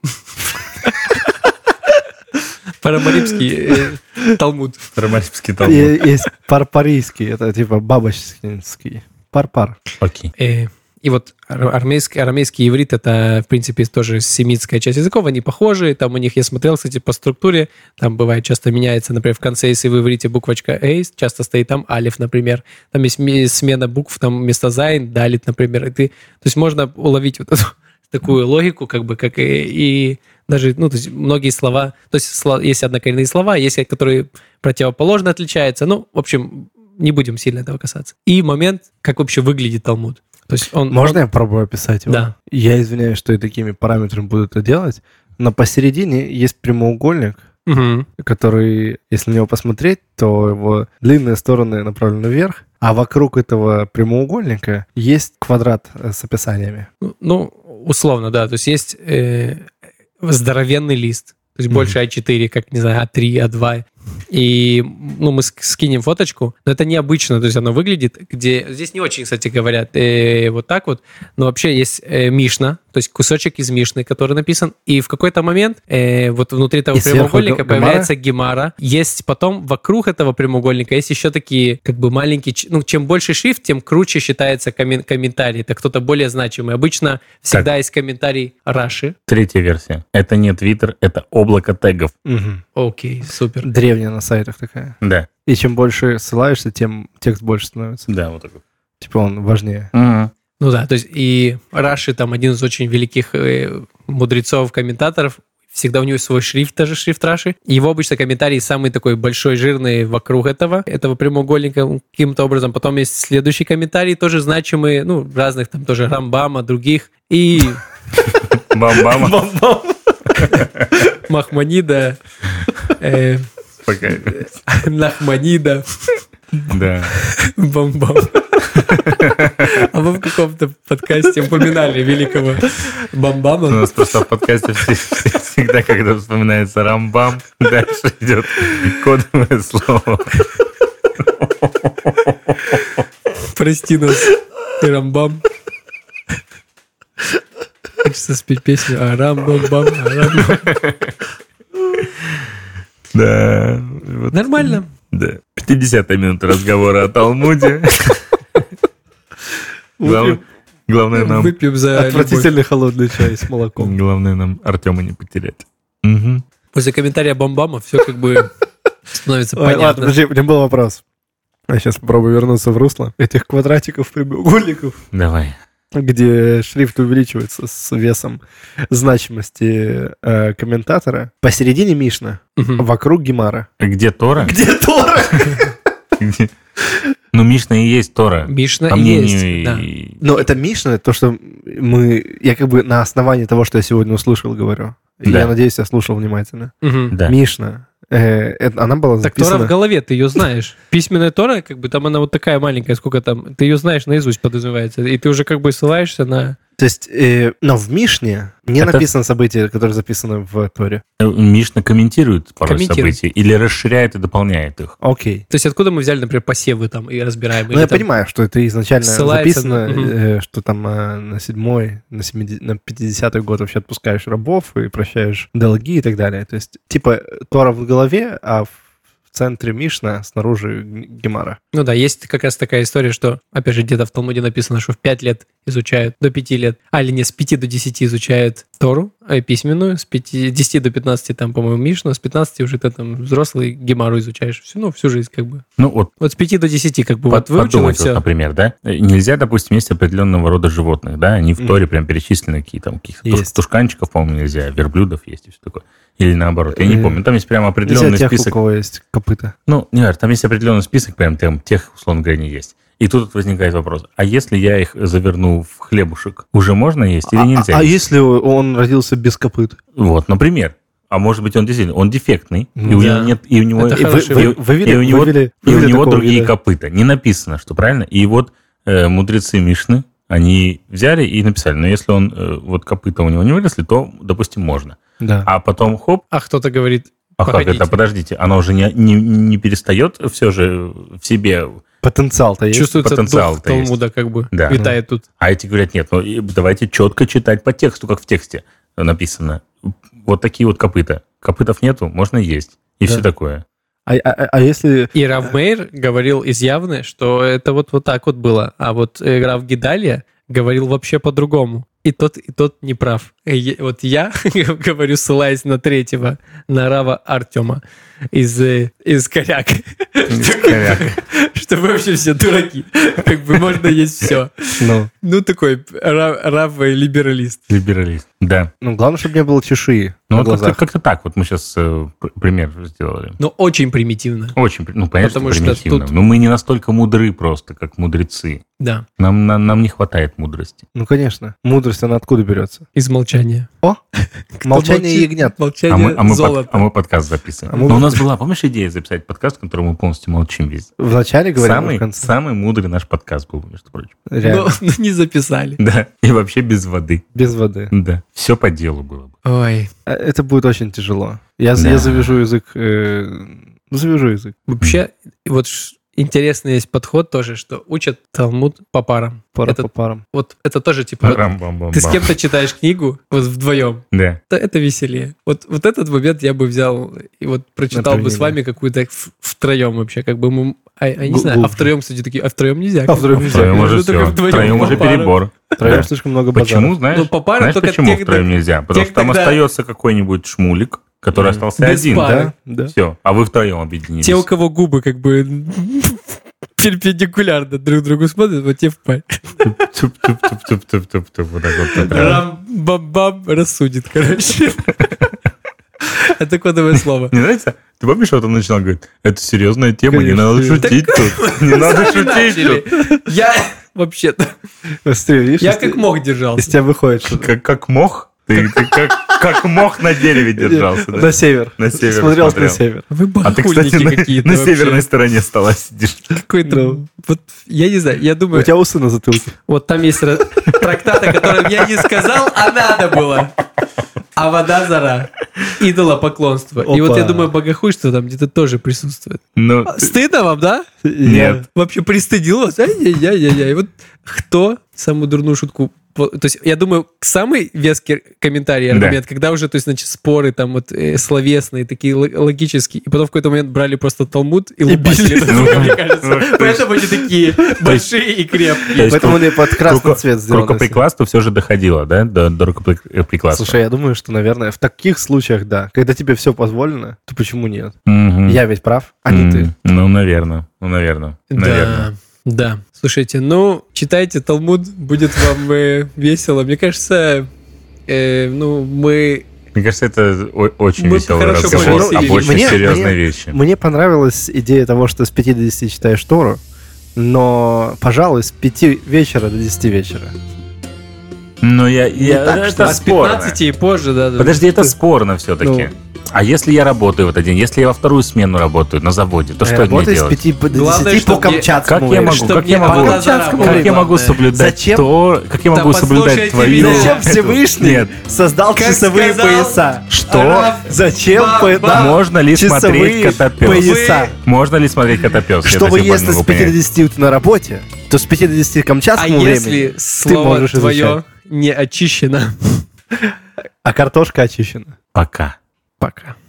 Парамарибский Талмуд. Парамарибский талмуд. Есть парпарийский, это типа бабочский. Парпар. Окей. И вот арамейский иврит — это, в принципе, тоже семитская часть языков, они похожи, там у них, я смотрел, кстати, по структуре, там бывает часто меняется, например, в конце, если в иврите буквочка «эй», часто стоит там «алиф», например, там есть смена букв, там вместо «зайн» «далит», например, то есть можно уловить вот эту такую логику, как бы, как и даже, то есть многие слова, то есть есть однокоренные слова, есть, которые противоположно отличаются, в общем, не будем сильно этого касаться. И момент, как вообще выглядит Талмуд. То есть Можно я попробую описать его? Да. Я извиняюсь, что я такими параметрами буду это делать, но посередине есть прямоугольник, Мгм. который, если на него посмотреть, то его длинные стороны направлены вверх, а вокруг этого прямоугольника есть квадрат с описаниями. Условно, да. То есть есть здоровенный лист. То есть больше А4, как, не знаю, А3, А2. И, мы скинем фоточку, но это необычно, то есть оно выглядит, где... Здесь не очень, кстати, говорят вот так вот, но вообще есть Мишна, то есть кусочек из Мишны, который написан, и в какой-то момент вот внутри того И сверху прямоугольника Гемара? появляется Гемара. Есть потом вокруг этого прямоугольника есть еще такие, как бы маленькие... чем больше шрифт, тем круче считается комментарий. Это кто-то более значимый. Обычно всегда есть комментарий Раши. Третья версия. Это не Твиттер, это облако тегов. Окей, супер. Древняя на сайтах такая. Да. И чем больше ссылаешься, тем текст больше становится. Да, вот так вот. Типа он важнее. Ну да, то есть и Раши, там один из очень великих мудрецов, комментаторов, всегда у него свой шрифт, даже шрифт Раши. Его обычно комментарий самый такой большой, жирный вокруг этого прямоугольника каким-то образом. Потом есть следующий комментарий, тоже значимый, разных там тоже Рамбама, других. И Бам-бама. Махманида, Пока. Нахманида, Да. Бам-бам. А вы в каком-то подкасте упоминали великого У Бамбама? нас просто в подкасте всегда, когда вспоминается Рамбам, дальше идет кодовое слово. Прости нас, ты Рамбам. Хочется спеть песню «Арам-бам-бам, арам-бам». Да. Вот. Нормально. Да. 50-я минута разговора о Талмуде. Главное нам... Выпьем за любовь. Отвратительный холодный чай с молоком. Главное нам Артема не потерять. Мгм. После комментария Бамбама все как бы становится Ой, ладно, понятно. подожди, у меня был вопрос. Я сейчас попробую вернуться в русло этих квадратиков, прямоугольников, Давай. где шрифт увеличивается с весом значимости комментатора. Посередине Мишна, Мгм. вокруг Гемара. Где Тора? Где Тора? Где? Ну, Мишна и есть Тора. Мишна По и мнению есть. Да. и- Ну, это Мишна, то, что я как бы на основании того, что я сегодня услышал, говорю. И Да. я надеюсь, я слушал внимательно. Мгм. Да. Мишна. Она была Так Тора в записана... голове, ты ее знаешь. Письменная Тора, как бы там она вот такая маленькая, сколько там, ты ее знаешь наизусть, подразумевается. И ты уже как бы ссылаешься на То есть, но в Мишне не Это- написано событие, которое записано в Торе. Мишна комментирует порой Комментирует. события или расширяет и дополняет их. Окей. То есть откуда мы взяли, например, посевы там и разбираем? Ну, или я там- понимаю, что это изначально ссылается записано, на- что там на 7-й, на 50-й год вообще отпускаешь рабов и прощаешь долги и так далее. То есть, типа, Тора в голове, а в центре Мишна, снаружи Гемара. Ну да, есть как раз такая история, что, опять же, где-то в Талмуде написано, что в 5 лет изучают, до 5 лет, или не, с 5 до 10 изучают Тору, письменную, с 10 до 15 там, по-моему, Мишну, с 15 уже ты там взрослый Гемару изучаешь. Всю жизнь как бы. Ну вот Вот с 5 до 10 как бы вот выучил и подумать, вот, все. например, да? Нельзя, допустим, есть определенного рода животных, да? Они в Торе прям перечислены, какие-то Есть. тушканчиков, по-моему, нельзя, верблюдов есть и все такое. Или наоборот, я не Э, помню. Там есть прям Нельзя определенный тех, у список. кого есть копыта. Ну, не, там есть определенный список, прям там тех, условно говоря, не есть. И тут возникает вопрос, а если я их заверну в хлебушек, уже можно есть или нельзя? А если он родился без копыт? Вот, например. А может быть, он действительно, он дефектный, и у Да. него нет, и у него, Это и хороший и- вывод. Вывели- и у него, вывели и у него такого другие вида. копыта. Не написано, что правильно. И вот мудрецы Мишны, они взяли и написали, но если он, вот копыта у него не выросли, то, допустим, можно. Да. А потом, хоп, А кто-то говорит, а как погодите. это, подождите, оно уже не перестает все же в себе. Потенциал-то есть. чувствуется потенциал-то дух есть. Талмуда как бы Да. витает тут. А эти говорят, нет, ну и давайте четко читать по тексту, как в тексте написано. Вот такие вот копыта. Копытов нету, можно есть. И Да. все такое. А если... И Рав Мейр говорил из Явны, что это вот так вот было. А вот Рав Гидалья говорил вообще по-другому. И тот не прав. Вот я говорю, ссылаясь на третьего, на Рава Артема из Коряк. Что вы вообще все дураки. Как бы можно есть все. Ну, Ну, такой Рав либералист. Либералист. Да. главное, чтобы не было чешуи Ну, на вот как-то, глазах. как-то так. Вот мы сейчас пример сделали. Но очень примитивно. Очень, ну, понятно, Потому что что примитивно. тут- Но мы не настолько мудры просто, как мудрецы. Да, Нам не хватает мудрости. Ну, конечно. Мудрость, она откуда берется? из молчания. О, молчание молчит? ягнят. Молчание золото. А мы подкаст записываем. А мы- Но у нас была, помнишь, идея записать подкаст, в котором мы полностью молчим весь? Вначале говорим, а в конце. Самый мудрый наш подкаст был, между прочим. Реально. Но не записали. Да, и вообще без воды. Без воды. Да, все по делу было бы. Ой. Это будет очень тяжело. Я Да. завяжу язык. Завяжу язык. Вообще, вот интересный есть подход тоже, что учат Талмуд по парам. Пара Это- по парам. Вот это тоже типа... вот Рам-бам-бам-бам. ты с кем-то читаешь книгу, вот вдвоем, Да. это веселее. Вот этот момент я бы взял и вот прочитал бы с Например. вами какую-то втроем вообще, как бы мы... не знаю, Глубже. а втроем, кстати, такие, а втроем нельзя. А втроем нельзя. Втроем уже Можно только все. вдвоем Втроем по уже парам. перебор. Втроем Да. слишком много Почему, базара. знаешь? Ну, по парам Знаешь, только почему тех, втроем нельзя? Потому тех что там тогда- остается какой-нибудь шмулик, который остался Без один. пары. Да, да. Все. А вы втроем объединились. Те, у кого губы как бы перпендикулярно друг другу смотрят, вот те в паре. Туп-туп-туп-туп-туп-туп. Вот так вот. прям. Рам-бам-бам рассудит, короче. Это кодовое слово. Не нравится? Ты помнишь, что он начинал говорить, это серьезная тема, не Конечно. надо шутить тут. Не надо Сами шутить начали. тут. Я вообще-то... Быстрее, видишь, Я из- как мог Из держался. тебя выходит что-то. Как мох? Ты как мох на дереве держался, На да? север. На север Смотрел на смотрел. север. Вы А ты, кстати, бахульники какие-то на вообще. северной стороне стола сидишь. Какой-то... Ну. Вот, я не знаю, я У думаю... тебя усы на затылке. Вот там есть трактат, о котором я не сказал, а надо было. А вода зара. Идолопоклонство. И вот Опа. я думаю, богохульство там где-то тоже присутствует. Ну, Стыдно вам, да? Нет. Вообще пристыдил вас? Ай-яй-яй-яй. Вот кто самую дурную шутку... То есть, я думаю, самый веский комментарий, аргумент, когда уже, то есть, значит, споры там вот словесные, такие логические, и потом в какой-то момент брали просто Талмуд и лупасили друг друга, мне кажется. Поэтому они такие большие и крепкие. есть Поэтому они под красный цвет к сделаны. рукоприкладству все же доходило, да? До рукоприкладства. Слушай, я думаю, что, наверное, в таких случаях, да. Когда тебе все позволено, то почему нет? Мгм. Я ведь прав, а не ты. Ну, наверное. Наверное. Да. Слушайте, ну, читайте Талмуд, будет вам весело. Мне кажется, мы... Мне кажется, это очень Мы веселый хорошо разговор об повеселились. очень Мне- серьезной мне- вещи. Мне понравилась идея того, что с 5 до 10 читаешь Тору, но, пожалуй, с 5 вечера до 10 вечера. Но так, что это От спорно. 15 и позже, да. Подожди, это спорно все-таки. А если я работаю в этот день, если я во вторую смену работаю на заводе, то что мне Работай с делать? 5 до Главное, 10 по чтоб не- Камчатскому Как я времени. могу, Чтоб как не я могу, было Камчатскому как я могу главное. соблюдать Зачем? то, как я Да могу соблюдать послушайте твою... меня. Зачем Всевышний Нет. создал Как часовые сказал пояса? Что? Зачем? Ба- Можно ли Часовые смотреть Котопес? пояса. Можно ли смотреть Котопес? Чтобы если с 5 до 10 ты на работе, то с 5 до 10 А Камчатскому времени если ты слово можешь твое изучать. не очищено? А картошка очищена. Пока. Пока.